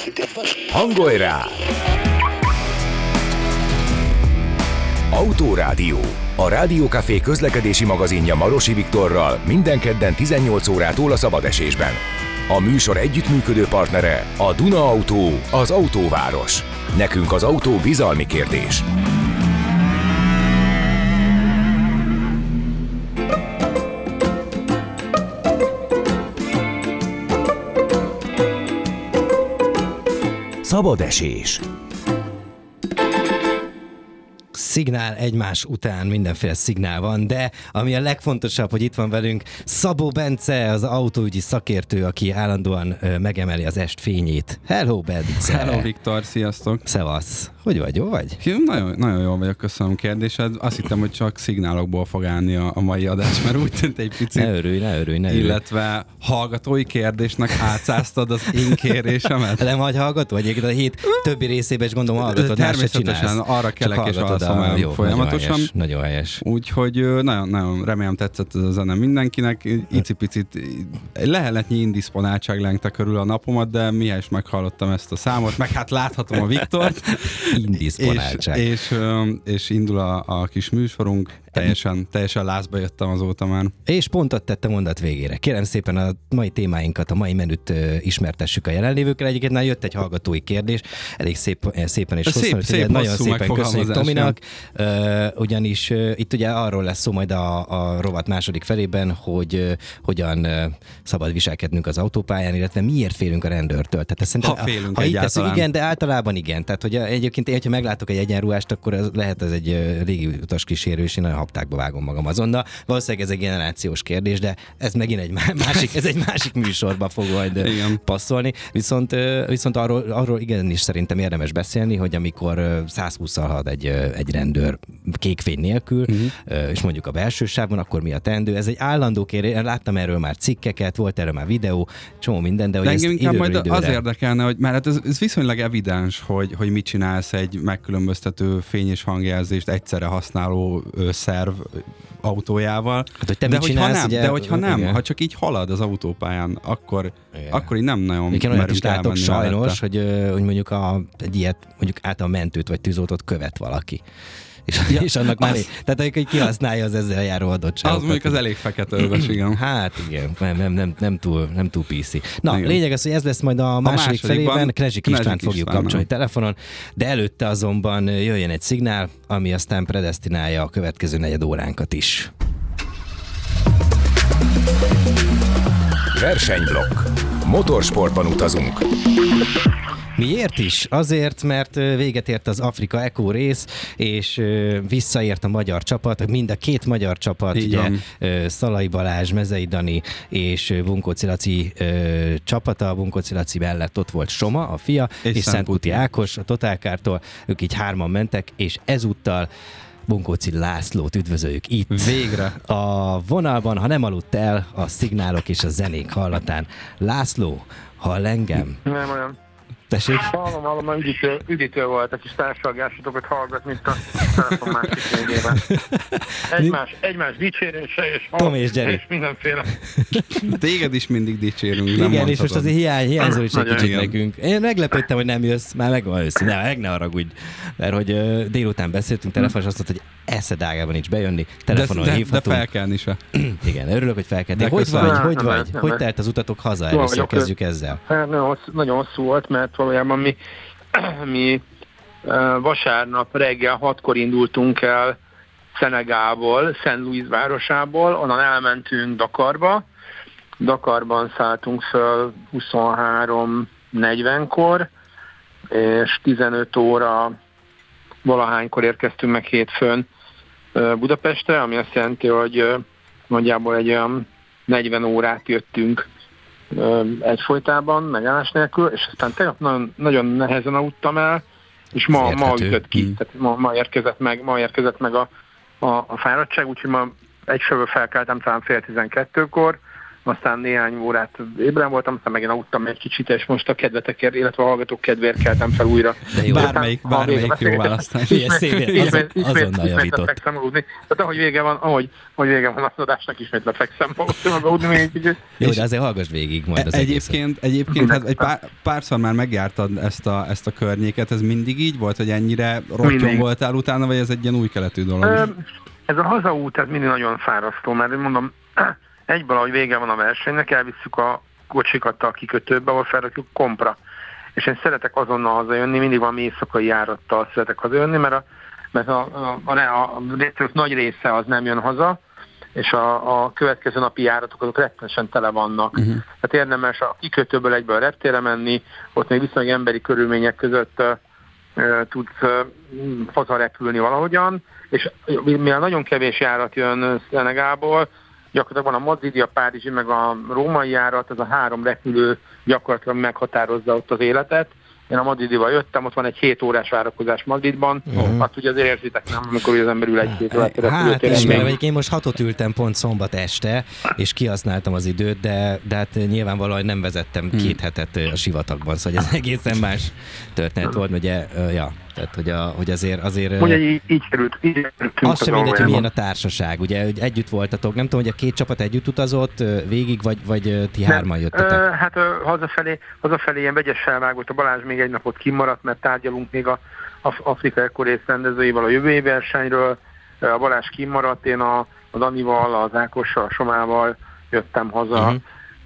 Hangolj rá! Autórádió. A Rádiókafé közlekedési magazinja Marosi Viktorral minden kedden 18 órától a szabadesésben. A műsor együttműködő partnere a Duna Autó, az autóváros. Nekünk az autó bizalmi kérdés. Szabadesés. Szignál egymás után, mindenféle szignál van, de ami a legfontosabb, hogy itt van velünk Szabó Bence, az autóügyi szakértő, aki állandóan megemeli az est fényét. Hello, Bence! Hello, Viktor, sziasztok! Szevasz! Hogy vagy, jó vagy? Nagyon, nagyon jól vagyok, köszönöm kérdésed. Azt hittem, hogy csak szignálokból fog állni a mai adás, mert úgy tűnt egy picit. Ne örülj. Illetve hallgatói kérdésnek átszáztad az én kérésemet. Nem vagy hallgató? Egyébként a hét többi részében is gondolom hallgatod, más se csinálsz. Természetesen arra kelek és alszom el folyamatosan. Nagyon helyes. Úgyhogy nagyon remélem tetszett ez a zene mindenkinek. Icipicit leheletnyi indisponáltság lengte körül a napomat, de mihez meghallottam ezt a számot, meg hát láthatom a Viktort. Indisponáltság. És indul a kis műsorunk. Teljesen lázba jöttem azóta már. És pontot tette mondat végére. Kérem szépen a mai témáinkat, a mai menüt ismertessük a jelenlévőkkel. Egyébként jött egy hallgatói kérdés, elég szépen és hosszan. Szép nagyon szépen köszönjük Tominak. Ugyanis itt ugye arról lesz szó majd a rovat második felében, hogy hogyan szabad viselkednünk az autópályán, illetve miért félünk a rendőrtől. Tehát ha félünk egyáltalán. Igen, de általában igen. Tehát hogy egyébként én, ha meglátok egy egyenruhást, akkor lehet ez egy régi utaskísérő, és én haptákba vágom magam azonnal. Valószínűleg ez egy generációs kérdés, de ez megint egy másik műsorba fog majd passzolni. Viszont arról igenis szerintem érdemes beszélni, hogy amikor 120-szal halad egy rendőr kékfény nélkül, és mondjuk a belső sávon, akkor mi a teendő? Ez egy állandó kérdés. Láttam erről már cikkeket, volt erről már videó, csomó minden, de hogy engem inkább majd időre... az érdekelne, hogy mert ez viszonylag evidens, hogy mit csinálsz egy megkülönböztető fény- és hangjelzést egyszerre használó szerv autójával. Hát, hogy te mit csinálsz, de hogyha nem, ha csak így halad az autópályán, akkor így nem nagyon merünk elmenni. Sajnos, hogy mondjuk egy ilyet, mondjuk a mentőt vagy tűzoltót követ valaki. És annak már tehát hogy kihasználja az ezzel járó adottságokat. Az mondjuk az elég feketőves, igen. Hát igen, nem túl PC. Na, lényeg az, hogy ez lesz majd a második felében, Krezsik Istvánt fogjuk kapcsolni telefonon, de előtte azonban jöjjön egy szignál, ami aztán predesztinálja a következő negyed óránkat is. Versenyblokk. Motorsportban utazunk. Miért is? Azért, mert véget ért az Afrika Eco rész, és visszaért a magyar csapat, mind a két magyar csapat, ugye Szalai Balázs, Mezei Dani és Bunkóci Laci csapata. Bunkóci Laci mellett ott volt Soma, a fia, és Szentkuti Ákos a Totálkártól. Ők így hárman mentek, és ezúttal Bunkóci Lászlót üdvözöljük itt. Végre. A vonalban, ha nem aludt el a szignálok és a zenék hallatán. László, hall engem? Nem olyan. Tessék? Hallom, üdítő volt a kis társalgásotokat hallgatni itt a telefon másik végében. Egymás dicsérése és Tom és Jerry. És mindenféle. Téged is mindig dicsérünk. Igen, és most azért hiányzol is egy kicsit nekünk. Én meglepődtem, hogy nem jössz, már megvan őszintén, ne haragudj. Mert hogy délután beszéltünk telefonos, azt mondta, hogy eszed ágában nincs bejönni, telefonon hívhatunk. De felkelni se. Igen, örülök, hogy felkeltél. Hogy vagy? Hogy telt az utatok haza? Először kezdjük ezzel. Hát nagyon hosszú volt, mert valójában mi vasárnap reggel 6-kor indultunk el Szenegálból, Szent Louis városából, onnan elmentünk Dakarba. Dakarban szálltunk föl 23:40-kor, és 15 óra valahánykor érkeztünk meg hétfőn Budapestre, ami azt jelenti, hogy nagyjából egy olyan 40 órát jöttünk egyfolytában, megállás nélkül, és aztán tegnap nagyon nehezen aludtam el, és ma ütött ki, tehát ma érkezett meg a fáradtság, úgyhogy ma egyseből felkeltem talán 11:30-kor, aztán néhány órát ébren voltam, aztán megint aludtam egy kicsit, és most a kedvetekért, illetve a hallgatók kedvéért keltem fel újra. Bármelyik jó választás. Azonnal javított. Tehát ahogy vége van az adásnak, ismét lefekszem aludni még egy kicsit. Jó, de azért hallgass végig majd az Egyébként hát egy párszor már megjártad ezt a környéket, ez mindig így volt, hogy ennyire rottyom voltál utána, vagy ez egy ilyen új keletű dolog? Ez a hazaút, ez mindig nagyon fárasztó, mert mondom, egyből, ahogy vége van a versenynek, elvisszük a kocsikat a kikötőbe, ahol felrakjuk kompra. És én szeretek azonnal hazajönni, mindig valami éjszakai járattal szeretek hazajönni, mert a részek nagy része az nem jön haza, és a következő napi járatok azok rettenesen tele vannak. Tehát érdemes a kikötőből egyből a reptérre menni, ott még viszonylag emberi körülmények között tudsz hazarepülni valahogyan, és mivel nagyon kevés járat jön Szenegából, gyakorlatilag van a madridi, a párizsi, meg a római járat, ez a 3 repülő gyakorlatilag meghatározza ott az életet. Én a Madridival jöttem, ott van egy 7 órás várakozás Madridban, azt ugye azért érzitek, nem, amikor az ember ül egy-két órát repülőtéren. Ismerem, én most 6-ot ültem pont szombat este, és kihasználtam az időt, de hát nyilvánvalóan nem vezettem 2 hetet a sivatagban, szóval ez egészen más történet volt, ugye, ja. Tehát, hogy azért ugye így kerültünk. Az sem mindegy, hogy milyen a társaság, ugye, hogy együtt voltatok. Nem tudom, hogy a 2 csapat együtt utazott végig, vagy ti 3-an jöttetek? Hát hazafelé ilyen vegyes felvágott, a Balázs még egy napot kimaradt, mert tárgyalunk még a Afrika Ecorace rendezőivel a jövő évi versenyről. A Balázs kimaradt, én a Danival, az Ákossal, a Somával jöttem haza.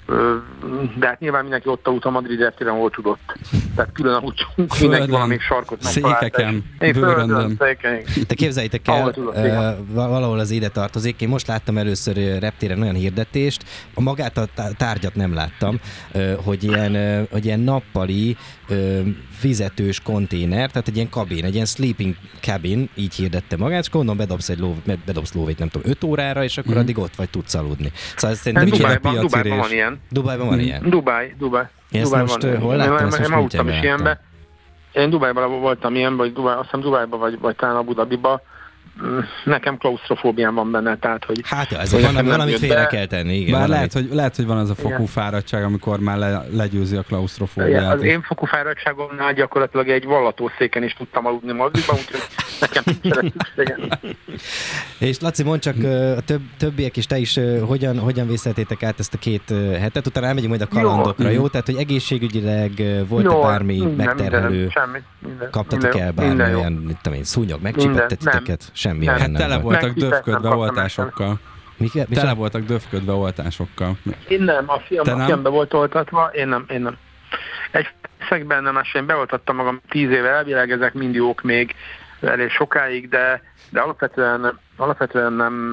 De hát nyilván mindenki ott aludt a Madrid reptéren, ahol tudott. Tehát külön aludtunk, mindenki valamelyik sarkot megtalálta. Bőröndön. Te képzeljétek el, valahol az ide tartozik. Én most láttam először reptéren olyan hirdetést, magát a tárgyat nem láttam, hogy ilyen nappali fizetős konténer, tehát egy ilyen kabin, egy ilyen sleeping cabin, így hirdette magát, és gondolom bedobsz lóvét, nem tudom, 5 órára, és akkor addig ott vagy tudsz aludni. Szóval szerintem Dubájban van ilyen. Dubájban van ilyen? Dubáj. Ezt most hol láttam? Én aludtam is ilyenbe. Én Dubájban voltam ilyenbe, vagy azt hiszem Dubájban, vagy talán Abu Dhabiba. Nekem klausztrofóbiám van benne, tehát hogy... Hát ez valamit félre kell tenni, igen. Bár lehet, hogy van az a fokú fáradtság, amikor már legyőzi a klausztrofóbiát. Az én fokú fáradtságomnál gyakorlatilag egy vallatószéken is tudtam aludni Madridban, úgyhogy nekem nincs szükségem. És Laci, mondd csak, a többiek is, te is hogyan vészeltétek át ezt a 2 hetet, utána elmegyünk majd a kalandokra, jó? Tehát, hogy egészségügyileg volt-e bármi megterhelő? Kaptatok el bármi olyan, szúnyog, megcsípett titeket? Semmi. Hát tele voltak döfködve oltásokkal. Tele voltak döfködve oltásokkal. Én nem, a fiam be volt oltatva, én nem. Egy szegben nem, én beoltattam magam 10 éve, elvileg ezek mind jók még elég sokáig, de alapvetően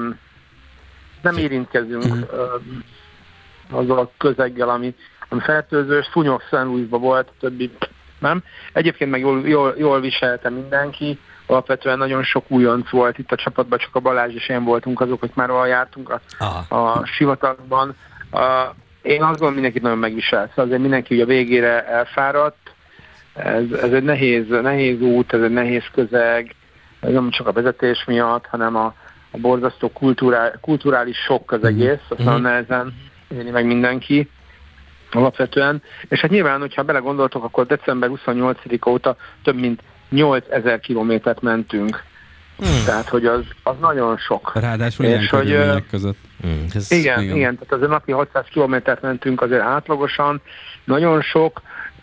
nem érintkezünk azzal a közeggel, ami fertőzős. Szúnyog St. Louisban volt, többi nem. Egyébként meg jól viselte mindenki. Alapvetően nagyon sok újonc volt itt a csapatban, csak a Balázs és én voltunk azok, hogy már ahol jártunk a sivatagban. Én azt gondolom, mindenkit nagyon megviselt. Szóval azért mindenki ugye a végére elfáradt. Ez egy nehéz út, ez egy nehéz közeg. Ez nem csak a vezetés miatt, hanem a borzasztó kulturális sok az egész. Aztán nehezen éli meg mindenki alapvetően. És hát nyilván, hogyha belegondoltok, akkor december 28-a óta több mint 8000 kilométert mentünk. Tehát, hogy az nagyon sok. Ráadásul ilyen körülmények között. Igen, tehát azért napi 600 kilométert mentünk azért átlagosan. Nagyon sok,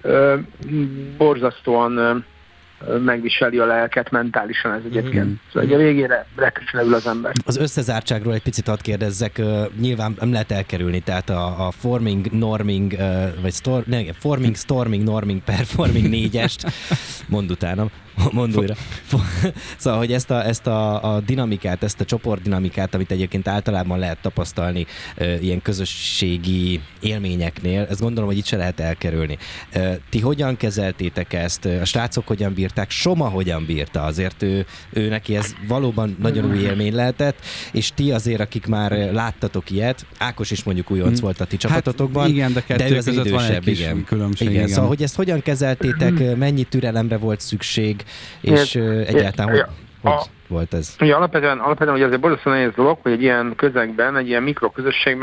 borzasztóan megviseli a lelket mentálisan ez egyébként. Szóval a végére rettenesen ül az ember. Az összezártságról egy picit hadd kérdezzek, nyilván nem lehet elkerülni, tehát a forming, norming, vagy forming, storming, norming, performing 4-est, mondd utána. Mondd újra. Szóval, hogy ezt a dinamikát, ezt a csoportdinamikát, amit egyébként általában lehet tapasztalni ilyen közösségi élményeknél, ezt gondolom, hogy itt se lehet elkerülni. Ti hogyan kezeltétek ezt? A srácok hogyan bírták? Soma hogyan bírta? Azért ő neki ez valóban nagyon új élmény lehetett, és ti azért, akik már láttatok ilyet, Ákos is mondjuk újonc volt a ti csapatotokban, hát igen, de ő az idősebb, van egy kis különbség. Igen. Szóval, hogy ezt hogyan kezeltétek, mennyi türelemre volt szükség, és egyáltalán hogy volt ez? Ugye alapvetően hogy azért borzasztóan nehéz dolog, hogy egy ilyen közegben, egy ilyen mikroközösségben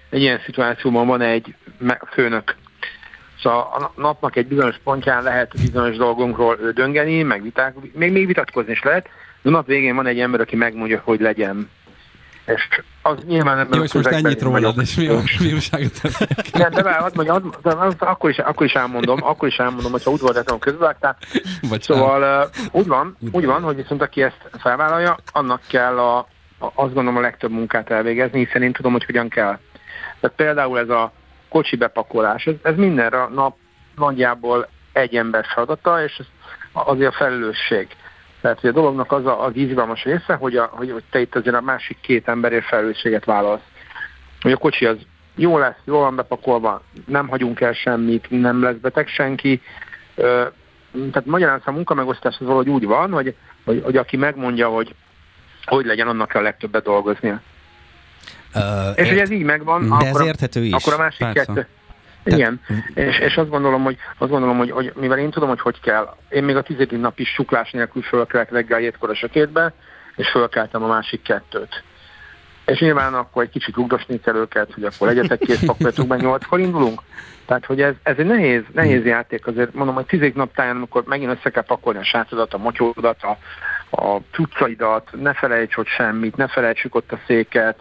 egy ilyen szituációban van egy főnök. Szóval a napnak egy bizonyos pontján lehet bizonyos dolgunkról döngeni, meg még vitatkozni is lehet, de a nap végén van egy ember, aki megmondja, hogy legyen. És az nyilván ebben jó, és most ennyit rólad, és mi újságot nem, de akkor is elmondom, hogyha udvarlatlanul közbevágtál. Szóval úgy van, hogy viszont aki ezt felvállalja, annak kell azt gondolom a legtöbb munkát elvégezni, hiszen én tudom, hogy hogyan kell. Tehát például ez a kocsi bepakolás, ez mindenre nap nagyjából egy ember feladata, és ez azért a felelősség. Tehát hogy a dolognak az izgalmas része, hogy te itt azért a másik két emberért felelősséget vállalsz. Hogy a kocsi az jó lesz, jól van bepakolva, nem hagyunk el semmit, nem lesz beteg senki. Tehát magyarán a munkamegosztás az valahogy úgy van, hogy aki megmondja, hogy legyen, annak kell a legtöbbet dolgoznia. És hogy ez így megvan, de ez érthető is. Akkor a másik persze. kettő. Igen, és azt gondolom, hogy mivel én tudom, hogy kell, én még a 10. nap is suklás nélkül fölkelek reggel 7-kor a sötétbe, és fölkeltem a másik kettőt. És nyilván akkor egy kicsit rugdosni kell őket, hogy akkor legyetek kész, pakoljatok be, 8-kor indulunk. Tehát, hogy ez egy nehéz játék, azért mondom, hogy 10. nap táján, amikor megint össze kell pakolni a sátodat, a motyódat, a cuccaidat, ne felejts ott semmit, ne felejtsük ott a széket.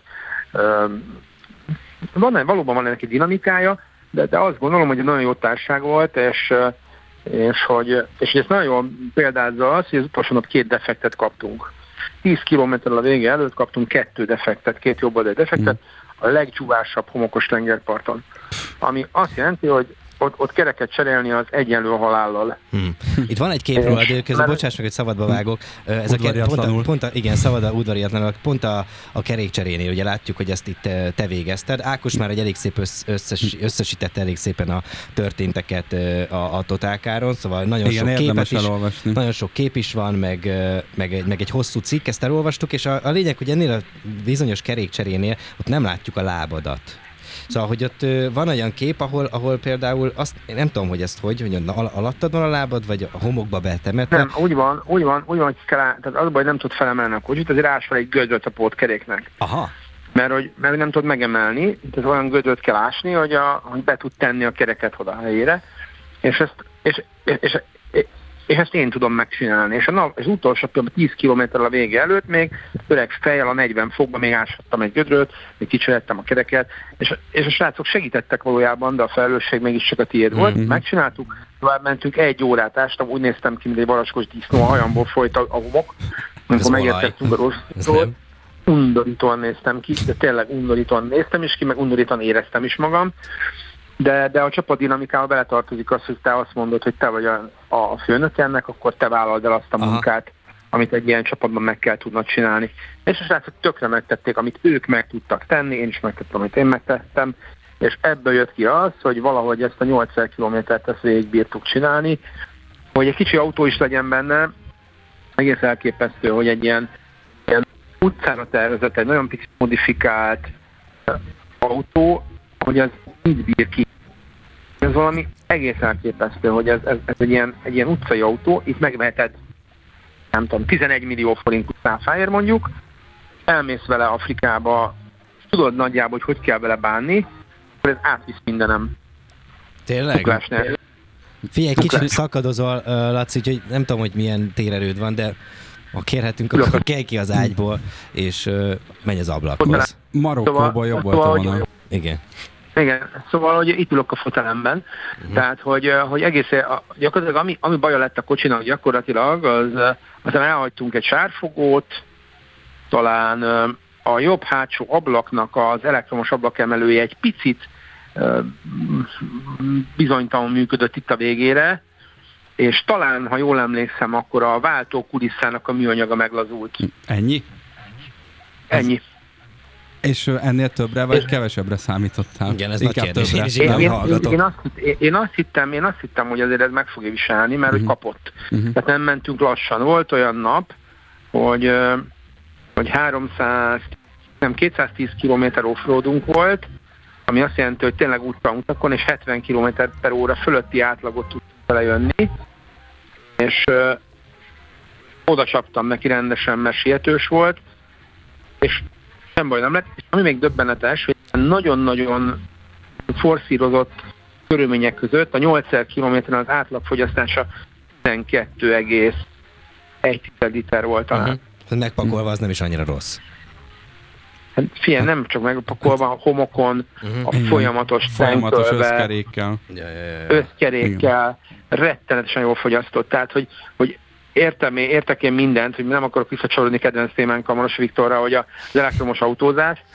Valóban van ennek egy dinamikája, de azt gondolom, hogy egy nagyon jó társaság volt, és ezt nagyon jól példázza az, hogy az utolsó nap 2 defektet kaptunk. 10 kilométerrel a vége előtt kaptunk 2 defektet, 2 jobboldali defektet, a legcsúvásabb homokos tengerparton. Ami azt jelenti, hogy ott kereket cserélni az egyenlő a halállal. Itt van egy kép róla, de közben bocsáss meg, hogy szabadba vágok. Igen, udvariatlanul, pont a kerékcserénél, ugye látjuk, hogy ezt itt te végezted. Ákos már egy elég szép összesítette elég szépen a történteket a Totálkáron, szóval nagyon sok képet is, nagyon sok kép is van, meg egy hosszú cikk, ezt elolvastuk, és a lényeg, hogy ennél a bizonyos kerékcserénél ott nem látjuk a lábadat. Szóval, hogy ott van olyan kép, ahol például azt, én nem tudom, hogy ezt hogy alattad van a lábad, vagy a homokba betemetve? Nem, úgy van, hogy tehát az baj, hogy nem tud felemelni a kocsit, azért ás fel egy gödröt a pótkeréknek. Aha. Mert nem tud megemelni, tehát olyan gödröt kell ásni, hogy be tud tenni a kereket oda a helyére, és ezt én tudom megcsinálni. És az utolsó 10 kilométerrel a vége előtt még öreg fejjel a 40 fokban még áshattam egy gödröt, még kicseréltem a kereket, és a srácok segítettek valójában, de a felelősség mégiscsak a tiéd volt. Megcsináltuk, tovább mentünk, 1 órát ástam, úgy néztem ki, mint egy varaskos disznó, a hajamból folyt a homok. Amikor megérkeztünk a Rosszról, undorítóan néztem ki, de tényleg undorítóan néztem is ki, meg undorítóan éreztem is magam. De a csapatdinamikával beletartozik az, hogy te azt mondod, hogy te vagy a főnök ennek, akkor te vállald el azt a munkát, amit egy ilyen csapatban meg kell tudnod csinálni. És a srácok tökre megtették, amit ők meg tudtak tenni, én is megtettem, amit én megtettem, és ebből jött ki az, hogy valahogy ezt a 80 kilométert ezt végig bírtuk csinálni, hogy egy kicsi autó is legyen benne, egész elképesztő, hogy egy ilyen utcára tervezett, egy nagyon picit modifikált autó, hogy ez így bír ki. Ez valami egész elképesztő, hogy ez egy ilyen utcai autó, itt megveheted, nem tudom, 11 millió forint utcáfáért mondjuk, elmész vele Afrikába, tudod nagyjából, hogy kell vele bánni, akkor ez átvisz mindenem. Tényleg? Figyelj, kicsit szakadozol, Laci, úgyhogy nem tudom, hogy milyen térerőd van, de ha kérhetünk, akkor kelj ki az ágyból, és menj az ablakhoz. Marokkóból jobb volt a vonal. Igen. Igen, szóval, hogy itt ülök a fotelemben, tehát, hogy egészen, gyakorlatilag ami baja lett a kocsinak gyakorlatilag, aztán elhagytunk egy sárfogót, talán a jobb hátsó ablaknak az elektromos ablakemelője egy picit bizonytalan működött itt a végére, és talán, ha jól emlékszem, akkor a váltó kulisszának a műanyaga meglazult. Ennyi? Ennyi. És ennél többre vagy kevesebbre számítottál? Igen, ez nagy kérdés. Én azt hittem, hogy azért ez meg fogja viselni, mert hogy kapott. Tehát nem mentünk lassan. Volt olyan nap, hogy 210 km offroadunk volt, ami azt jelenti, hogy tényleg utakon, és 70 km/h fölötti átlagot tudtunk belejönni, és oda csaptam neki rendesen, mert sietős volt, és sem baj nem lett, és ami még döbbenetes, hogy nagyon-nagyon forszírozott körülmények között a 8000 kilométeren az átlagfogyasztása 12,1 liter volt talán. Megpakolva az nem is annyira rossz. Hát figyelj, nem csak megpakolva, a homokon, a folyamatos összkerékkel. Összkerékkel, rettenetesen jól fogyasztott. Tehát, hogy értek én mindent, hogy nem akarok visszacsalozni kedvenc témánkkal Marosi Viktorra, hogy az elektromos autózás,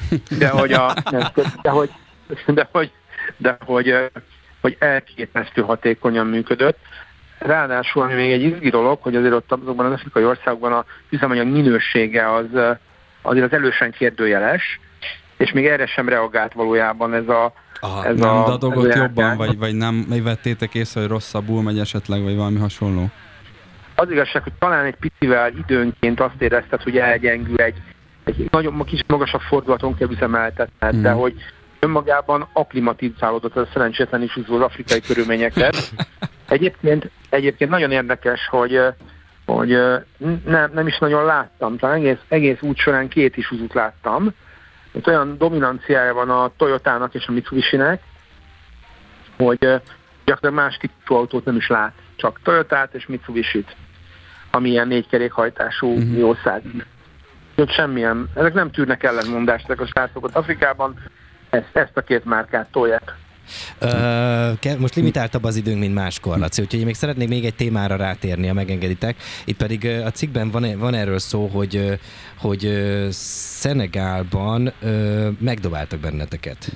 hogy elképesztő hatékonyan működött. Ráadásul, ami még egy izgi dolog, hogy azért ott azokban az afrikai országban a üzemanyag minősége azért az elősen kérdőjeles, és még erre sem reagált valójában ez a... Nem dadogott jobban, vagy nem vettétek észre, hogy rosszabbul megy esetleg, vagy valami hasonló? Az igazság, hogy talán egy picivel időnként azt érezted, hogy elgyengül egy nagyon kis magasabb fordulaton kell üzemeltetned, de hogy önmagában akklimatizálódott az szerencsétlen is az afrikai körülményekre. Egyébként nagyon érdekes, hogy nem is nagyon láttam, talán egész út során 2 Isuzut láttam. Itt olyan dominanciája van a Toyotának és a Mitsubishi-nek, hogy gyakorlatilag más típusú autót nem is lát, csak Toyotát és Mitsubishi-t, ami ilyen 4 kerékhajtású jószág. Semmilyen, ezek nem tűrnek ellentmondást, ezek a srácok ott Afrikában, ezt a 2 márkát tolják. Most limitáltabb az időnk, mint máskor, Laci, úgyhogy én még szeretnék még egy témára rátérni, ha megengeditek. Itt pedig a cikkben van erről szó, hogy Szenegálban megdobáltak benneteket.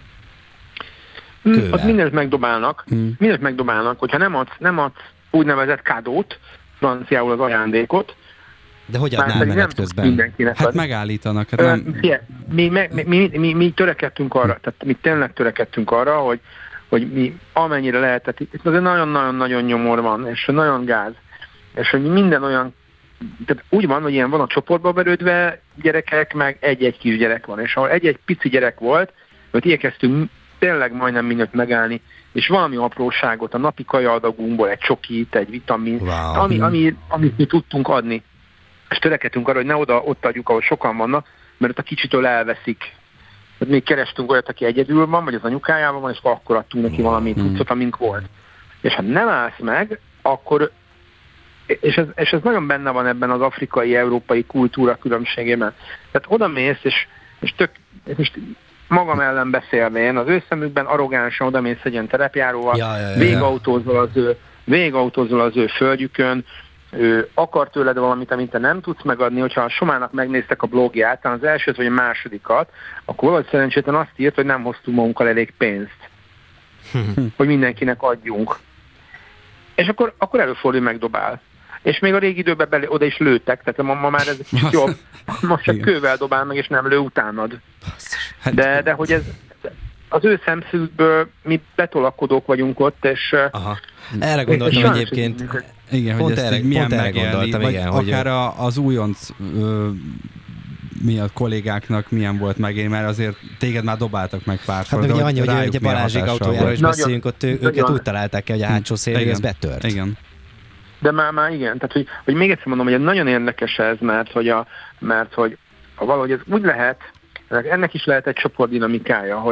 Ott mindent megdobálnak, hogyha nem adsz úgynevezett kádót, franciául az ajándékot. De hogy adnál menet közben? Hát megállítanak. Hát mi törekedtünk arra, tehát mi tényleg törekedtünk arra, hogy mi amennyire lehetett, itt azért nagyon-nagyon-nagyon nyomor van, és nagyon gáz, és hogy minden olyan, tehát úgy van, hogy ilyen van a csoportba verődve gyerekek, meg egy-egy kisgyerek van, és ahol egy-egy pici gyerek volt, hogy igyekeztünk tényleg majdnem mindent megállni, és valami apróságot, a napi kajaadagunkból egy csokit, egy vitamin, amit mi tudtunk adni. És törekedtünk arra, hogy ne ott adjuk, ahol sokan vannak, mert ott a kicsitől elveszik. Még kerestünk olyat, aki egyedül van, vagy az anyukájában van, és akkor adtunk neki valami cuccot, amink volt. És ha nem állsz meg, akkor, és ez nagyon benne van ebben az afrikai-európai kultúra különbségében. Tehát odamész, és most magam ellen beszélvén, az ő szemükben arrogánsan odamész egy ilyen terepjáróval, végigautózol az ő földjükön, ő akar tőled valamit, amit te nem tudsz megadni, hogyha a Somának megnéztek a blogját, az elsőt vagy a másodikat, akkor valahogy szerencsétlen azt írt, hogy nem hoztunk magunkkal elég pénzt, hogy mindenkinek adjunk. És akkor előfordul, megdobál. És még a régi időben oda is lőttek, tehát ma már ez egy kicsit jobb. Most csak kővel dobál meg, és nem lő utánad. De hogy ez az ő szemszögükből mi betolakodók vagyunk ott, és... Aha. Erre gondoltam egyébként. Igen, hogy ezt így milyen megélni, vagy igen, akár az újonc miatt kollégáknak milyen volt megélni, mert azért téged már dobáltak meg párszor. Hát ugye annyi, hogy ugye Balázsék autójára is beszéljünk, ott őket úgy találták ki, hogy a hátsó szélre ez betört. Igen. De már igen, tehát hogy még egyszer mondom, hogy nagyon érdekes ez, mert hogy valahogy ez úgy lehet, ennek is lehet egy csoportdinamikája,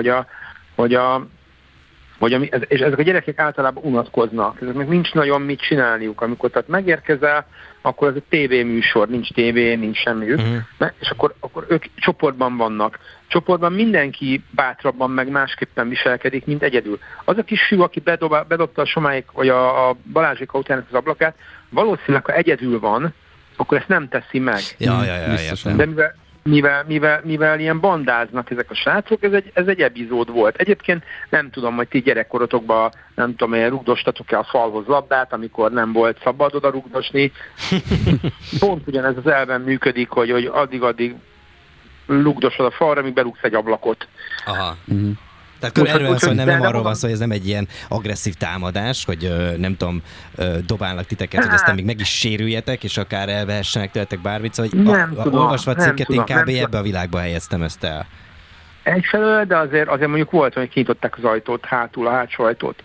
és ezek a gyerekek általában unatkoznak, ezeknek nincs nagyon mit csinálniuk, amikor tehát megérkezel, akkor ez egy tévéműsor, nincs tévé, nincs semmiük, és akkor ők csoportban vannak. Csoportban mindenki bátrabban meg másképpen viselkedik, mint egyedül. Az a kis fiú, aki bedobta a Somáik, vagy a Balázsék autójának az ablakát, valószínűleg, ha egyedül van, akkor ezt nem teszi meg. Ja, de mivel ilyen bandáznak ezek a srácok, ez egy epizód volt. Egyébként nem tudom, hogy ti gyerekkorotokban, nem tudom, rugdostatok-e a falhoz labdát, amikor nem volt szabad oda rugdosni. Pont ugyanez az elven működik, hogy addig rugdosod a falra, amíg berúgsz egy ablakot. Aha. Tehát erről van szó, hogy nem arról van szó, hogy ez nem egy ilyen agresszív támadás, hogy nem tudom, dobálnak titeket, hogy aztán még meg is sérüljetek, és akár elvehessenek tőletek bármit, szóval olvasva a cikket, én kb. Ebbe a világba helyeztem ezt el. Egyfelől, de azért mondjuk volt, hogy kinyitották az ajtót, hátul a hátsó ajtót,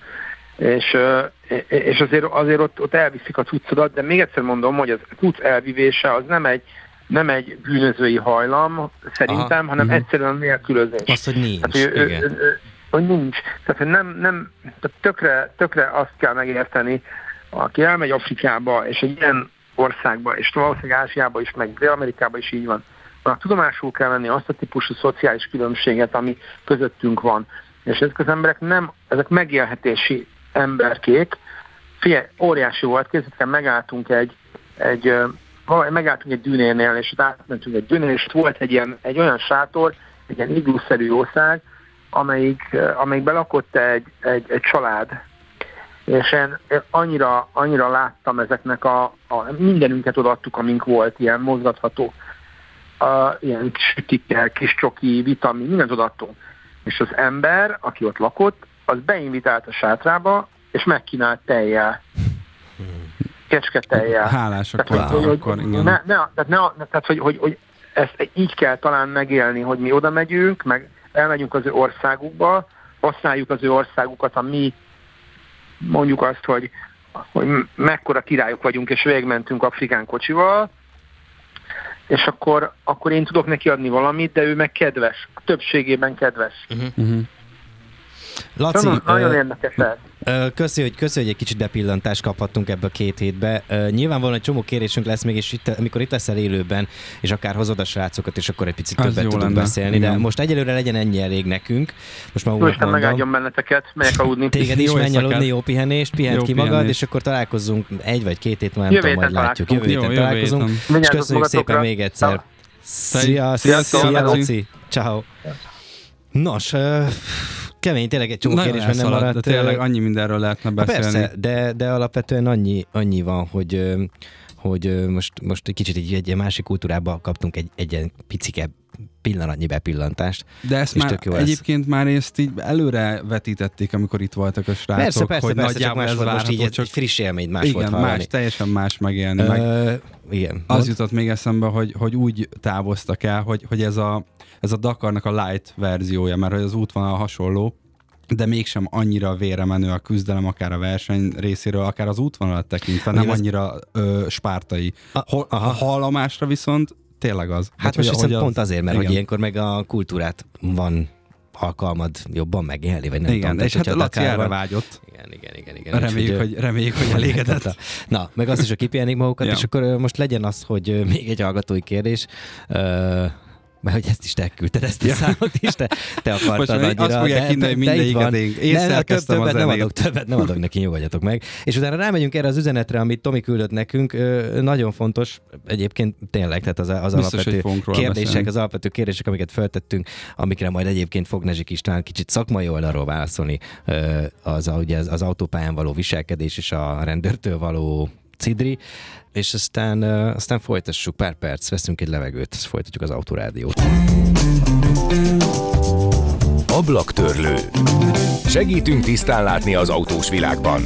és azért ott elviszik a cuccodat, de még egyszer mondom, hogy az cucc elvivése az nem egy nem egy bűnözői hajlam szerintem, hanem egyszerűen nélkülözés. Az, hogy nincs. Tehát, hogy nincs. Tehát, tehát tökre azt kell megérteni, aki elmegy Afrikába, és egy ilyen országba, és valószínűleg Ázsiába is, meg Dél-Amerikába is így van, tudomásul kell venni azt a típusú szociális különbséget, ami közöttünk van. És ezek az emberek ezek megélhetési emberkék. Figyelj, óriási volt, készítken megálltunk egy dűnénél, és ott átmentünk egy dűnél, és volt egy olyan sátor, egy ilyen igluszerű ország, amelyikben lakott egy család. És én annyira láttam ezeknek mindenünket odaadtuk, amink volt, ilyen mozgatható, ilyen kis sütikkel, kis csoki, vitamin, mindent odaadtunk. És az ember, aki ott lakott, az beinvitált a sátrába, és megkínált tejjel. Kecsketejjel. Hálásak akkor, igen. Tehát, hogy ezt így kell talán megélni, hogy mi oda megyünk, meg elmegyünk az ő országukba, használjuk az ő országukat, mi mondjuk azt, hogy mekkora királyok vagyunk, és végigmentünk Afrikán kocsival, és akkor én tudok neki adni valamit, de ő meg kedves, többségében kedves. Laci, nagyon érdekes ez. Köszi, hogy egy kicsit bepillantást kaphattunk ebbe a 2 hétbe. Nyilvánvalóan egy csomó kérésünk lesz még, és amikor itt leszel élőben, és akár hozod a srácokat, és akkor egy picit többet tudunk beszélni, de most egyelőre legyen ennyi elég nekünk. Most magunknak mondom. Megáldjon benneteket, megyek aludni. Téged is, menj aludni, jó pihenést, pihent ki magad, és akkor találkozzunk 1 vagy 2 hét, már nem tudom, majd látjuk. Jövő héten találkozunk. És köszönjük szépen még egyszer. Szia, Laci. Ciao. Nos, kemény, tényleg egy csomó kérdésben nem maradt. Tényleg annyi mindenről lehetne beszélni. Persze, de alapvetően annyi van, hogy most egy kicsit egy másik kultúrába kaptunk egy ilyen picike pillanatnyi bepillantást. De ezt már egyébként már ezt így előre vetítették, amikor itt voltak a srácok. Persze, hogy csak más volt most így egy friss élmény, más volt hallani. Teljesen más megélni. Igen. Az jutott még eszembe, hogy úgy távoztak el, hogy ez a Dakarnak a light verziója, mert hogy az útvonal hasonló, de mégsem annyira vére menő a küzdelem, akár a verseny részéről, akár az útvonalat tekintve, nem annyira spártai. A hallomásra viszont tényleg az. Hát most viszont pont azért, mert hogy ilyenkor meg a kultúrát van alkalmad jobban megélni, vagy nem igen, tudom. És hát Laci erre vágyott. Igen. Reméljük, hogy elégedett. Na, meg azt is, hogy kipihenik magukat, és akkor most legyen az, hogy még egy hallgatói kérdés, mert hogy ezt is te küldted, ezt a számot is, te akartad annyira. Azt fogják hinni, hogy mindegyiket én szerkeztem a zenét. Többet nem adok neki, nyugodjatok meg. És utána rámegyünk erre az üzenetre, amit Tomi küldött nekünk. Nagyon fontos, egyébként tényleg, tehát az alapvető kérdések, amiket feltettünk, amikre majd egyébként fog Nezsik István kicsit szakmai oldalról válaszolni, ugye az autópályán való viselkedés és a rendőrtől való cidri, és aztán folytassuk pár perc, veszünk egy levegőt, folytatjuk az Autorádiót. Ablaktörlő. Segítünk tisztán látni az autós világban.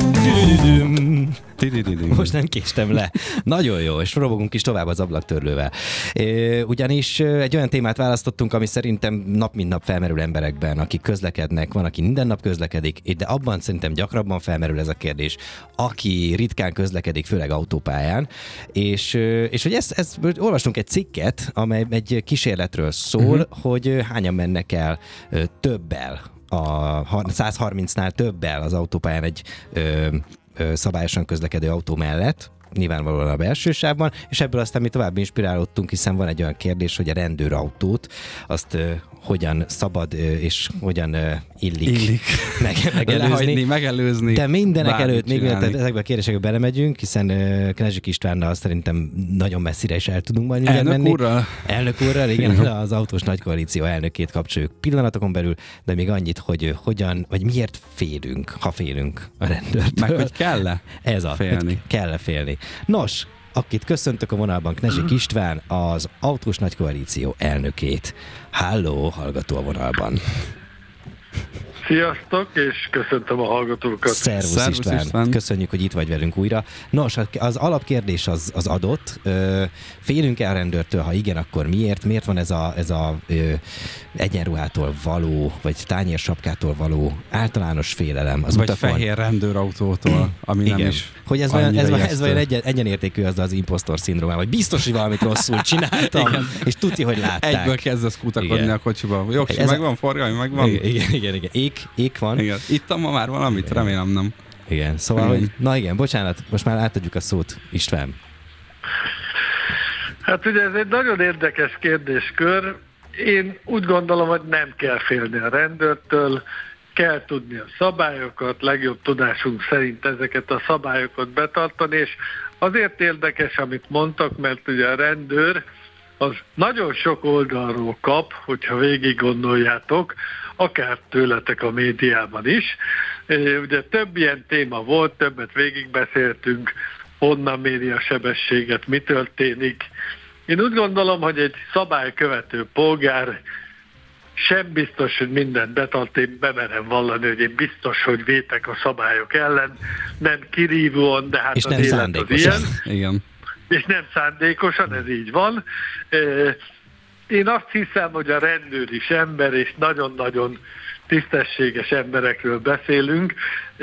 Most nem késtem le. Nagyon jó, és robogunk is tovább az ablaktörlővel. Ugyanis egy olyan témát választottunk, ami szerintem nap mint nap felmerül emberekben, akik közlekednek, van, aki minden nap közlekedik, de abban szerintem gyakrabban felmerül ez a kérdés, aki ritkán közlekedik, főleg autópályán, és hogy olvastunk egy cikket, amely egy kísérletről szól, hogy hányan mennek el többel, a 130-nál többel az autópályán egy szabályosan közlekedő autó mellett, nyilvánvalóan a belső sávban, és ebből aztán mi tovább inspirálódtunk, hiszen van egy olyan kérdés, hogy a rendőrautót azt hogyan szabad és hogyan illik. megelőzni. De mindenek előtt, még ezekbe a kérdésekbe belemegyünk, hiszen Knezsik Istvánnal szerintem nagyon messzire is el tudunk majd menni. Elnök úrral, igen, az autós nagykoalíció elnökét kapcsoljuk pillanatokon belül, de még annyit, hogy hogyan, vagy miért félünk, ha félünk a rendőrtől. Meg hogy kell-e félni. Kell-e félni. Nos, akit köszöntök a vonalban, Knezsik István, az autós nagykoalíció elnökét. Halló, hallgató a vonalban. Sziasztok, és köszöntöm a hallgatókat. Szervusz István. Köszönjük, hogy itt vagy velünk újra. Nos, az alapkérdés az adott. Félünk-e a rendőrtől? Ha igen, akkor miért? Miért van ez a egyenruhától való, vagy tányérsapkától való általános félelem az vagy utakon? Fehér rendőrautótól, ami igen. Nem is hogy ez vajon egyenértékű az impostor szindrómám, vagy biztos, hogy valamit rosszul csináltam, és tudti, hogy látták. Egyből kezdesz kutakodni a kocsiba. Jogsi megvan, forgalmi megvan. Igen. Ék van. Igen. Ittam ma már valamit? Igen. Remélem nem. Igen, szóval, hogy na igen, bocsánat, most már átadjuk a szót, István. Hát ugye ez egy nagyon érdekes kérdéskör. Én úgy gondolom, hogy nem kell félni a rendőrtől, kell tudni a szabályokat, legjobb tudásunk szerint ezeket a szabályokat betartani, és azért érdekes, amit mondtak, mert ugye a rendőr az nagyon sok oldalról kap, hogyha végig gondoljátok, akár tőletek a médiában is. Ugye több ilyen téma volt, többet végigbeszéltünk, honnan méri a sebességet, mi történik. Én úgy gondolom, hogy egy szabálykövető polgár sem biztos, hogy mindent betart, én bemerem vallani, hogy én biztos, hogy vétek a szabályok ellen, nem kirívóan, de hát és az élet az ilyen. Igen. És nem szándékosan, ez így van. Én azt hiszem, hogy a rendőr is ember, és nagyon-nagyon tisztességes emberekről beszélünk.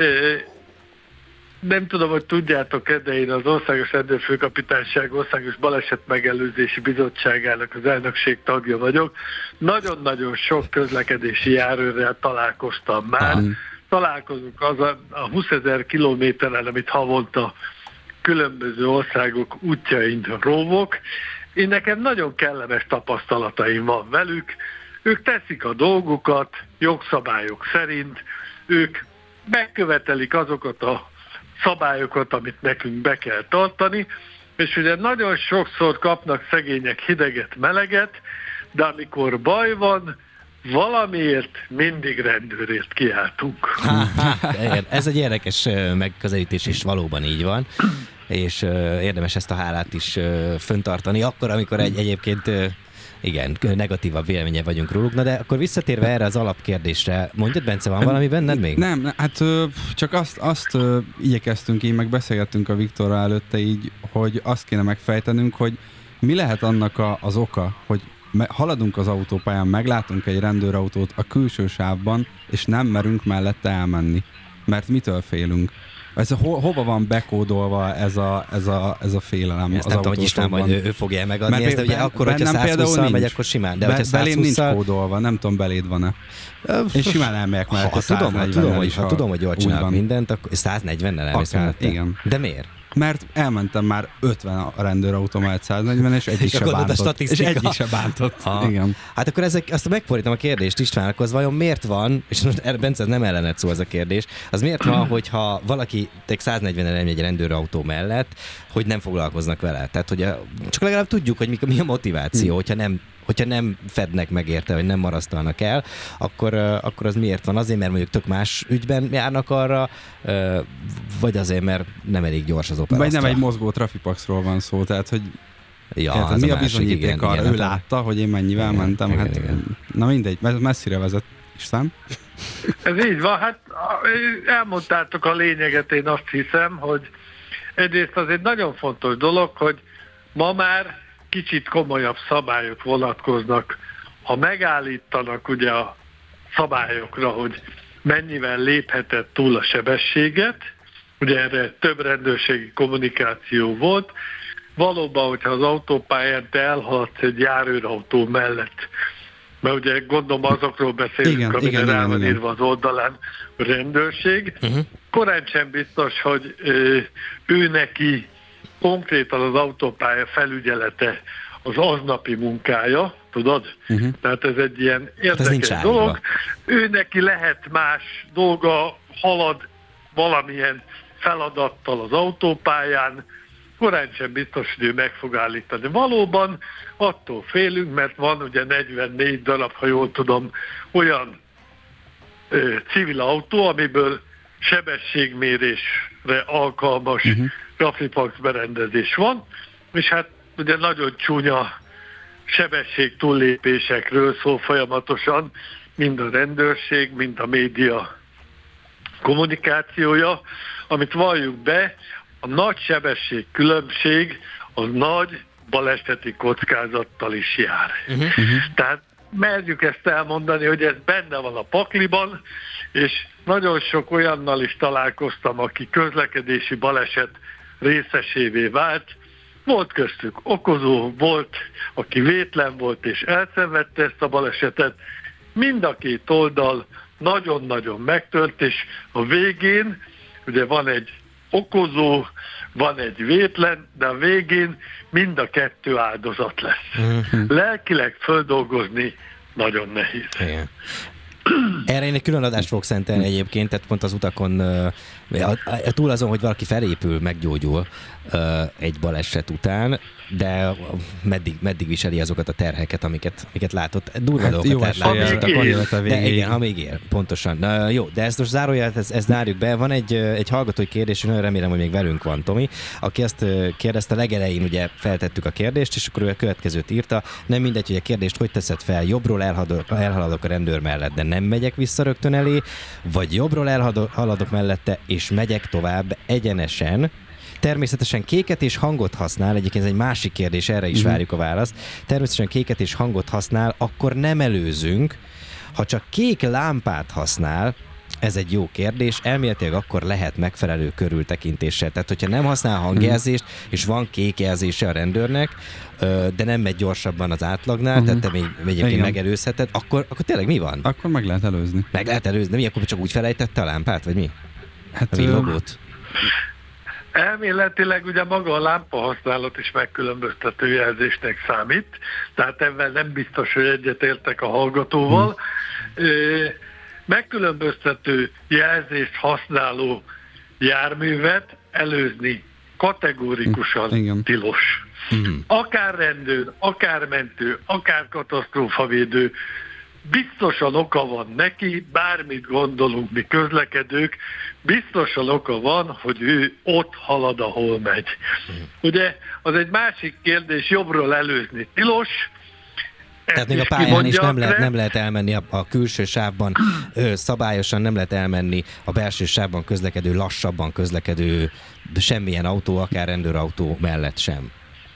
Nem tudom, hogy tudjátok, de én az Országos Rendőrfőkapitányság Országos Balesetmegelőzési Bizottságának az elnökség tagja vagyok. Nagyon-nagyon sok közlekedési járőrrel találkoztam már. Találkozunk az a 20 000 kilométeren, amit havonta különböző országok útjain róvok. Én nekem nagyon kellemes tapasztalataim van velük. Ők teszik a dolgukat jogszabályok szerint, ők megkövetelik azokat a szabályokat, amit nekünk be kell tartani, és ugye nagyon sokszor kapnak szegények hideget, meleget, de amikor baj van, valamiért mindig rendőrért kiáltunk. Ez egy érdekes megközelítés, és valóban így van, és érdemes ezt a hálát is föntartani, akkor, amikor egyébként igen, negatívabb véleménye vagyunk róluk. Na de akkor visszatérve erre az alapkérdésre, mondjad, Bence, van valami benned még? Nem, hát csak azt igyekeztünk, így meg beszélgettünk a Viktorral előtte így, hogy azt kéne megfejtenünk, hogy mi lehet annak az oka, hogy haladunk az autópályán, meglátunk egy rendőrautót a külső sávban, és nem merünk mellette elmenni. Mert mitől félünk? Hova van bekódolva ez a félelem? Ezt nem tudom, hogy István majd ő fogja megadni, ezt, de ugye akkor, hogyha 120-szal megy, akkor simán. De hogyha 120-szal... Belém nincs kódolva, nem tudom, beléd van-e. Én simán elmegyek mellett a 140-nel. Tudom, hogy jól csinálok mindent, akkor 140-nel elmész mellette. Igen. De miért? Mert elmentem már 50 a rendőrautó mellett 140, és egyik se bántott. Igen. Hát akkor azt megfordítom a kérdést Istvánnak, az vajon miért van, és most Bence, ez nem ellened szó ez a kérdés, az miért van, hogyha valaki 140-en elmegy egy rendőrautó mellett, hogy nem foglalkoznak vele? Tehát, hogy csak legalább tudjuk, hogy mi a motiváció, hogyha nem fednek meg érte, vagy nem marasztalnak el, akkor az miért van? Azért, mert mondjuk tök más ügyben járnak arra, vagy azért, mert nem elég gyors az operasztra. Vagy nem egy mozgó trafipaxról van szó, tehát, hogy ja, mi a bizonyíték arra? Ő látta, hogy én mennyivel mentem. Igen. Na mindegy, messzire vezet. István? Ez így van, hát elmondtátok a lényeget, én azt hiszem, hogy egyrészt az egy nagyon fontos dolog, hogy ma már kicsit komolyabb szabályok vonatkoznak. Ha megállítanak ugye a szabályokra, hogy mennyivel léphetett túl a sebességet, ugye erre több rendőrségi kommunikáció volt, valóban, hogyha az autópályán te elhaladsz egy járőrautó mellett, mert ugye gondolom azokról beszélünk, amire rá van írva az oldalán a rendőrség, korán sem biztos, hogy ő neki konkrétan az autópálya felügyelete az aznapi munkája, tudod? Tehát ez egy ilyen érdekes dolog. Ő neki lehet más dolga, halad valamilyen feladattal az autópályán, korán sem biztos, hogy ő meg fog állítani. Valóban attól félünk, mert van ugye 44 darab, ha jól tudom, olyan civil autó, amiből sebességmérésre alkalmas trafipax berendezés van, és hát ugye nagyon csúnya sebesség túllépésekről szól folyamatosan, mind a rendőrség, mind a média kommunikációja, amit valljuk be, a nagy sebesség különbség az nagy baleseti kockázattal is jár. Tehát merjük ezt elmondani, hogy ez benne van a pakliban, és nagyon sok olyannal is találkoztam, aki közlekedési baleset részesévé vált. Volt köztük okozó, volt, aki vétlen volt és elszenvedte ezt a balesetet. Mind a két oldal nagyon-nagyon megtört, és a végén ugye van egy okozó, van egy vétlen, de a végén mind a kettő áldozat lesz. Lelkileg földolgozni nagyon nehéz. Igen. Erre én egy külön adást fogok szentelni egyébként, tehát pont az utakon, túl azon, hogy valaki felépül, meggyógyul egy baleset után, de meddig viseli azokat a terheket, amiket látott. Durva dolgokat lehet látni. De igen, ha még él, pontosan. Na, jó, de ezt most záróját, ezt zárjuk be. Van egy hallgatói kérdés, nagyon remélem, hogy még velünk van Tomi, aki azt kérdezte, legelején ugye feltettük a kérdést, és akkor ő a következőt írta. Nem mindegy, hogy a kérdést hogy teszed fel, jobbról elhaladok a rendőr mellett, de nem megyek vissza rögtön elé, vagy jobbról elhaladok mellette, és megyek tovább egyenesen. Természetesen kéket és hangot használ, egyébként ez egy másik kérdés, erre is várjuk a választ. Természetesen kéket és hangot használ, akkor nem előzünk. Ha csak kék lámpát használ, ez egy jó kérdés, elméletileg akkor lehet megfelelő körültekintéssel. Tehát, hogyha nem használ hangjelzést, és van kék jelzése a rendőrnek, de nem megy gyorsabban az átlagnál, tehát te még egyébként megelőzheted, akkor tényleg mi van? Akkor meg lehet előzni. Meg lehet előzni, mi? Akkor csak úgy felejtette a lámpát, vagy mi? Hát a villogót? Elméletileg ugye maga a lámpa használat is megkülönböztető jelzésnek számít, tehát ebben nem biztos, hogy egyetértek a hallgatóval. Megkülönböztető jelzést használó járművet előzni kategórikusan tilos. Akár rendőr, akár mentő, akár katasztrófavédő, biztosan oka van neki, bármit gondolunk mi közlekedők, biztosan oka van, hogy ő ott halad, ahol megy. Ugye az egy másik kérdés, jobbról előzni tilos. Tehát még a pályán is nem lehet elmenni a külső sávban, szabályosan nem lehet elmenni a belső sávban közlekedő, lassabban közlekedő semmilyen autó, akár rendőrautó mellett sem.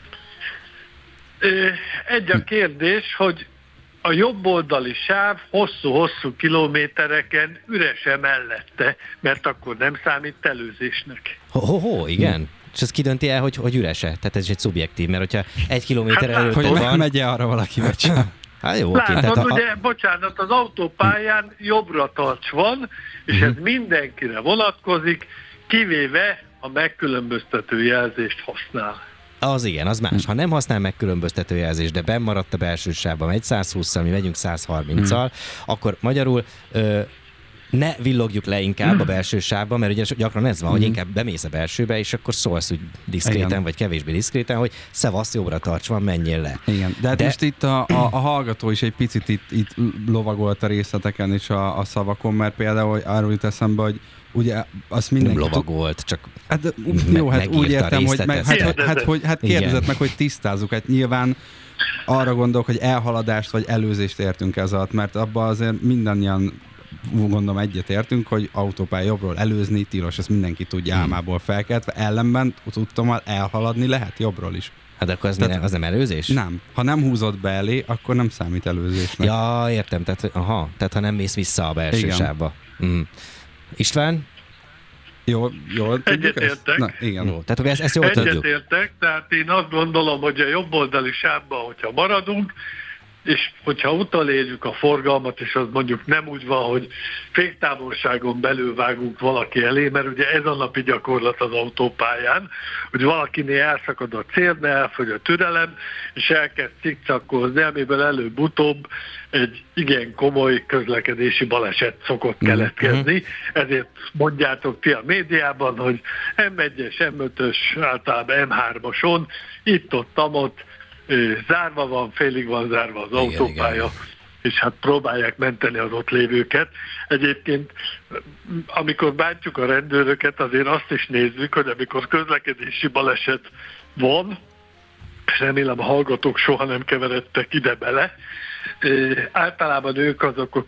Egy a kérdés, hogy a jobboldali sáv hosszú-hosszú kilométereken ürese mellette, mert akkor nem számít előzésnek. Igen? És ez kidönti el, hogy ürese? Tehát ez egy szubjektív, mert hogyha 1 kilométer előtt hogy van... megye arra valaki vagy sem. Hát jó, oké. Látod, ugye, bocsánat, az autópályán jobbra tarts van, és ez mindenkire vonatkozik, kivéve a megkülönböztető jelzést használ. Az igen, az más. Ha nem használ megkülönböztető jelzést, de benn maradt a belső sávban, megy 120-szal, mi megyünk 130-al, akkor magyarul ne villogjuk le inkább a belső sávba, mert ugye gyakran ez van, hogy inkább bemész a belsőbe, és akkor szólsz úgy diszkréten, vagy kevésbé diszkréten, hogy szevasz, jobbra tarts van, menjél le. Igen, de most itt a hallgató is egy picit itt lovagolt a részleteken és a szavakon, mert például arról jut eszembe, hogy ugye azt mindenki... Nem lovagolt, csak hát, jó, hát úgy értem, hogy kérdezett meg, hogy tisztázzuk. Hát nyilván arra gondolok, hogy elhaladást vagy előzést értünk ez alatt, mert abban azért mindannyian gondolom egyetértünk, hogy autópálya jobbról előzni tilos, ezt mindenki tudja álmából felkeltve, ellenben tudtam elhaladni lehet jobbról is. Hát akkor az nem előzés? Nem. Ha nem húzod be elé, akkor nem számít előzésnek. Ja, értem. Tehát ha nem mész vissza a belső sávba. István? Jól Egyetértek. Na, igen. Jó, tehát ezt jól tudjuk. Egyetértek, tehát én azt gondolom, hogy a jobboldali sávban, hogyha maradunk, és hogyha utolérjük a forgalmat, és az mondjuk nem úgy van, hogy féktávolságon belül vágunk valaki elé, mert ugye ez a napi gyakorlat az autópályán, hogy valakinél elszakad a cérne, elfogy a türelem, és elkezd cikcakkozni, amiből előbb-utóbb egy igen komoly közlekedési baleset szokott keletkezni. Ezért mondjátok ti a médiában, hogy M1-es, M5-ös, általában M3-oson, itt-ott, zárva van, félig van zárva az autópálya, és hát próbálják menteni az ott lévőket. Egyébként, amikor bántjuk a rendőröket, azért azt is nézzük, hogy amikor közlekedési baleset van, és remélem a hallgatók soha nem keveredtek ide bele, általában ők azok,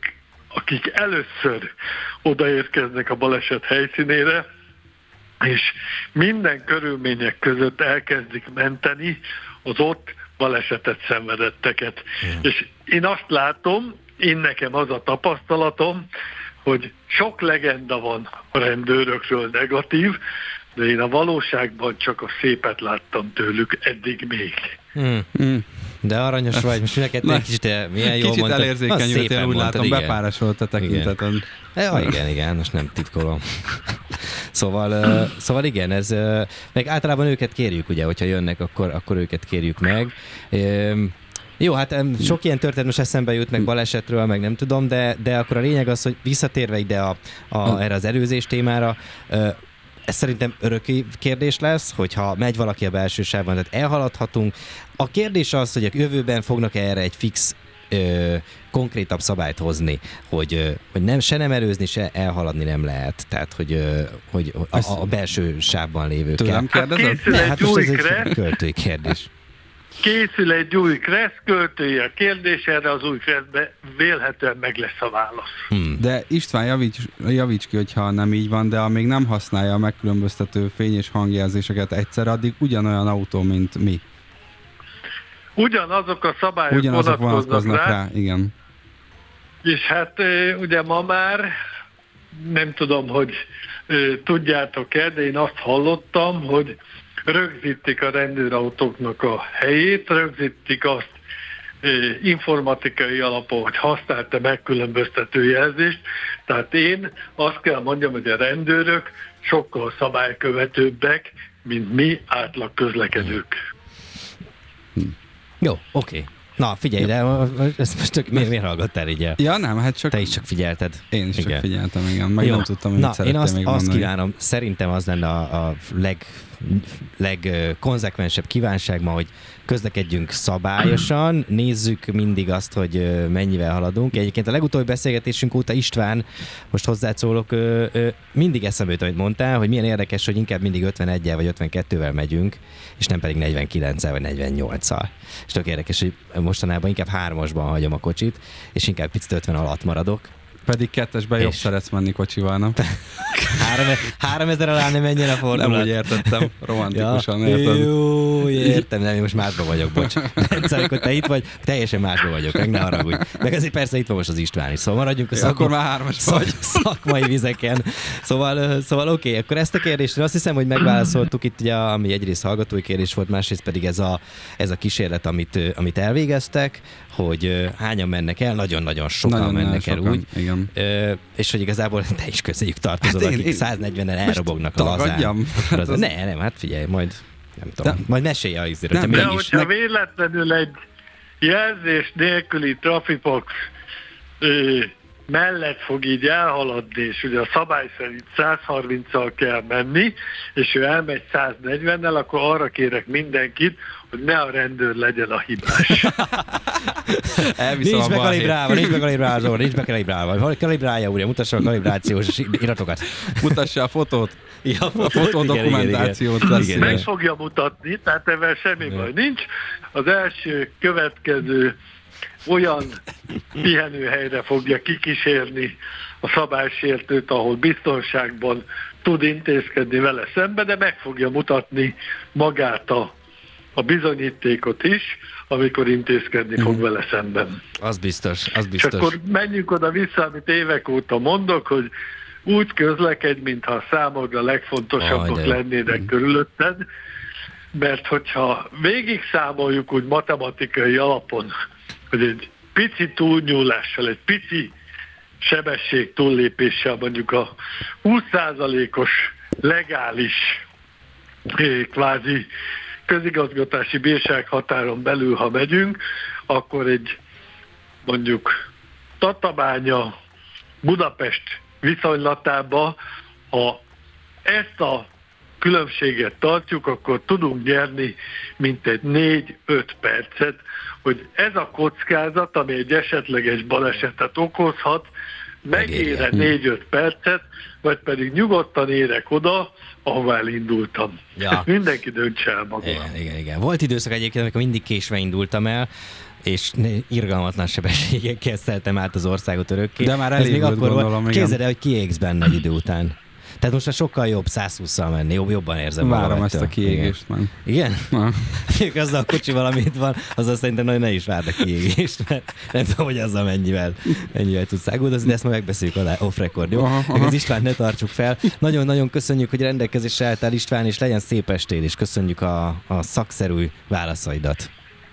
akik először odaérkeznek a baleset helyszínére, és minden körülmények között elkezdik menteni az ott balesetet szenvedetteket. És én azt látom, nekem az a tapasztalatom, hogy sok legenda van a rendőrökről negatív, de én a valóságban csak a szépet láttam tőlük eddig még. De aranyos vagy, most neked egy kicsit milyen jól kicsit mondtad. elérzékenyültél, úgy látom, bepárasolt a tekinteted. Igen, most nem titkolom. Szóval igen, ez, meg általában őket kérjük, ugye, hogyha jönnek, akkor őket kérjük meg. Jó, hát sok ilyen történet most eszembe jut, meg balesetről, meg nem tudom, de akkor a lényeg az, hogy visszatérve ide erre az előzés témára, ez szerintem öröki kérdés lesz, hogyha megy valaki a belső sávban, tehát elhaladhatunk. A kérdés az, hogy a jövőben fognak erre egy fix, konkrétabb szabályt hozni, hogy se nem előzni, se elhaladni nem lehet. Tehát, hogy a belső sávban lévőkkel. Tőlem kérdezed? Hát most ez egy költői kérdés. Készül egy új kressz, költői a kérdés, erre az új kresszbe vélhetően meg lesz a válasz. De István, javíts ki, hogyha nem így van, de amíg nem használja a megkülönböztető fény- és hangjelzéseket egyszer, addig ugyanolyan autó, mint mi. Ugyanazok a szabályok Ugyanazok vonatkoznak rá, igen. És hát ugye ma már, nem tudom, hogy tudjátok-e, de én azt hallottam, hogy rögzítik a rendőrautóknak a helyét, rögzítik azt informatikai alapon, hogy használta megkülönböztető jelzést. Tehát én azt kell mondjam, hogy a rendőrök sokkal szabálykövetőbbek, mint mi átlag közlekedők. Jó, oké. Na, figyelj, de ezt most miért hallgattál így el? Ja, nem, hát csak... Te is csak figyelted. Én is csak figyeltem, igen. Meg nem tudtam, hogy mit szerettem még mondani. Én azt kívánom, szerintem az lenne a legkonzekvensebb kívánság ma, hogy közlekedjünk szabályosan, nézzük mindig azt, hogy mennyivel haladunk. Egyébként a legutóbbi beszélgetésünk óta István, most hozzászólok, mindig eszembe jut, amit mondtál, hogy milyen érdekes, hogy inkább mindig 51-el vagy 52-vel megyünk, és nem pedig 49-el vagy 48-al. És tök érdekes, hogy mostanában inkább 3-asban hagyom a kocsit, és inkább picit 50 alatt maradok. Pedig 2-esben jobb szeretsz menni kocsival, nem? 3000 alá nem menjen a fordulat. Nem úgy értettem, romantikusan érted. Jó, értem, nem, én most másban vagyok, bocs. Egyszer, amikor te itt vagy, teljesen másban vagyok, meg ne haragudj. Meg azért persze itt van most az István is, szóval maradjunk a akkor már 3-as vagy. Szakmai vizeken. Szóval oké, akkor ezt a kérdést azt hiszem, hogy megválaszoltuk itt, ugye, ami egyrészt hallgatói kérdés volt, másrészt pedig ez a kísérlet, amit elvégeztek, hogy hányan mennek el, nagyon-nagyon sokan mennek el úgy. Igen. És hogy igazából te is közéjük tartozol, hát akik 140-en elrobognak a lazán. Nem, hát figyelj, majd nem tudom, majd mesélj azért, hogyha de mégis... hogyha véletlenül egy jelzés nélküli trafipox mellett fog így elhaladni, és ugye a szabály szerint 130-al kell menni, és ő elmegy 140-nel, akkor arra kérek mindenkit, hogy ne a rendőr legyen a hibás. Nincs bekalibrálva. Kalibrálja, úr, mutassa a kalibrációs iratokat. Mutassa a fotót. Ja, a fotódokumentációt lesz. Meg fogja mutatni, tehát ebben semmi baj nincs. Az első következő olyan pihenőhelyre fogja kikísérni a szabálysértőt, ahol biztonságban tud intézkedni vele szembe, de meg fogja mutatni magát a bizonyítékot is, amikor intézkedni fog vele szemben. Az biztos. És akkor menjünk oda-vissza, amit évek óta mondok, hogy úgy közlekedj, mintha számodra legfontosabbak lennének körülötted, mert hogyha végig számoljuk úgy matematikai alapon, hogy egy pici túlnyúlással, egy pici sebesség túllépéssel mondjuk a 20%-os legális kvázi közigazgatási bírsághatáron belül, ha megyünk, akkor egy mondjuk Tatabánya Budapest viszonylatába, ha ezt a különbséget tartjuk, akkor tudunk nyerni mintegy 4-5 percet, hogy ez a kockázat, ami egy esetleges balesetet okozhat, megére 4-5 percet, vagy pedig nyugodtan érek oda, ahová elindultam. Ja. Mindenki döntse el maga. Igen. Volt időszak egyébként, amikor mindig késve indultam el, és irgalmatlan sebességekkel szeltem át az országot örökké. De már Ez elég még volt, akkor gondolom, igen. képzeld el, hogy kiégsz benne egy idő után. Tehát most már sokkal jobb 120-szal menni, jobban érzem magam. Várom ezt a kiégést, man. Igen? Na. Azzal a kocsival, amit van, azzal szerintem nagyon ne is várd a kiégést, mert nem tudom, hogy azzal mennyivel tudsz száguldozni, de ezt majd megbeszéljük off record, jó? Az István ne tartsuk fel. Nagyon-nagyon köszönjük, hogy rendelkezésre álltál, István, és legyen szép estéd, és köszönjük a szakszerű válaszaidat.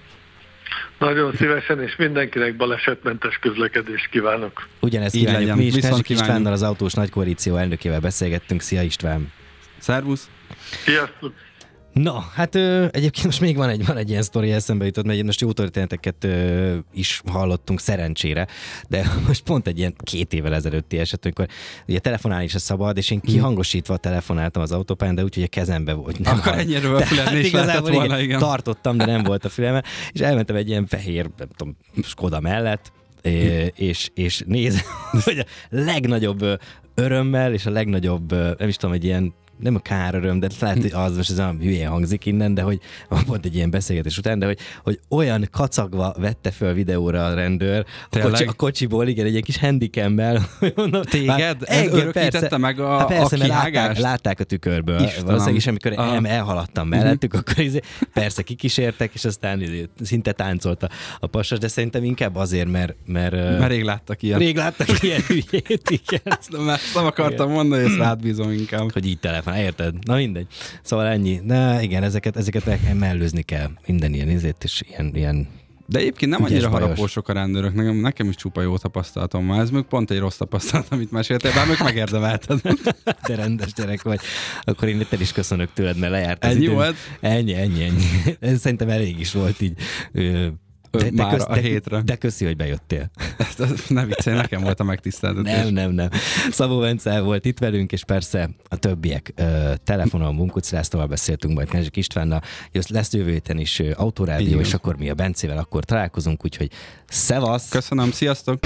Nagyon szívesen, és mindenkinek balesetmentes közlekedést kívánok. Ugyanezt Így kívánjuk legyen. mi is. Viszont Nesik kívánjuk. Istvánnal, az Autós Nagy Koalíció elnökével beszélgettünk. Szia István! Szervusz! Sziasztok! Na, hát egyébként most még van egy ilyen sztori, eszembe jutott, mert most jó történeteket is hallottunk szerencsére, de most pont egy ilyen 2 évvel ezelőtti eset, amikor ugye telefonálni is a szabad, és én kihangosítva telefonáltam az autópályán, de úgy, hogy a kezembe volt. Nem Akkor ennyire a fülemnél is lehetett volna, igen. Tartottam, de nem volt a fülem, és elmentem egy ilyen fehér, nem tudom, Skoda mellett, és nézem, hogy a legnagyobb örömmel, és a legnagyobb, nem is tudom, egy ilyen nem a káröröm, de lehet, hogy az most ez olyan hülyén hangzik innen, de hogy pont egy ilyen beszélgetés után, de hogy olyan kacagva vette föl videóra a rendőr a kocsiból, igen, egy ilyen kis handicemmel. Téged? Ez örökítette meg a persze, kihágást? látták a tükkörből. Valószínűleg is, amikor elhaladtam mellettük, akkor persze kikísértek, és aztán szinte táncolt a pasas, de szerintem inkább azért, mert rég láttak ilyen. Rég láttak ilyen hülyét, igen. Ezt nem akartam mondani, hogy ezt rátbízom inkább. Hogy így telefon, érted? Na mindegy. Szóval ennyi. De igen, ezeket mellőzni kell. Minden ilyen izét, és ilyen de egyébként nem ügyes, annyira bajos. harapósok a rendőrök, nekem is csupa jó tapasztalatom van. Ez még pont egy rossz tapasztalat, amit meséltél, bár még megérdemelted. De rendes gyerek vagy. Akkor én is köszönök tőled, mert lejárt az Ennyi idő. volt? Ennyi. Ez szerintem elég is volt így. A hétre. De köszi, hogy bejöttél. Ne viccelj, nekem volt a megtiszteltetés. Nem. Szabó Bence volt itt velünk, és persze a többiek telefonon Munkuc Lászlóval beszéltünk, majd Nesik Istvánnal. Lesz jövő héten is Autorádió, és akkor mi a Bencével akkor találkozunk, úgyhogy szevasz! Köszönöm, sziasztok!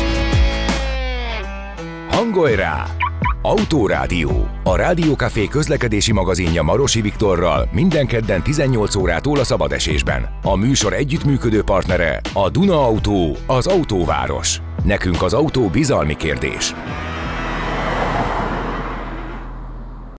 Hangolj rá! Autorádió, a Rádiókafé közlekedési magazinja Marosi Viktorral minden kedden 18 órától a szabadesésben. A műsor együttműködő partnere a Duna Autó, az autóváros. Nekünk az autó bizalmi kérdés.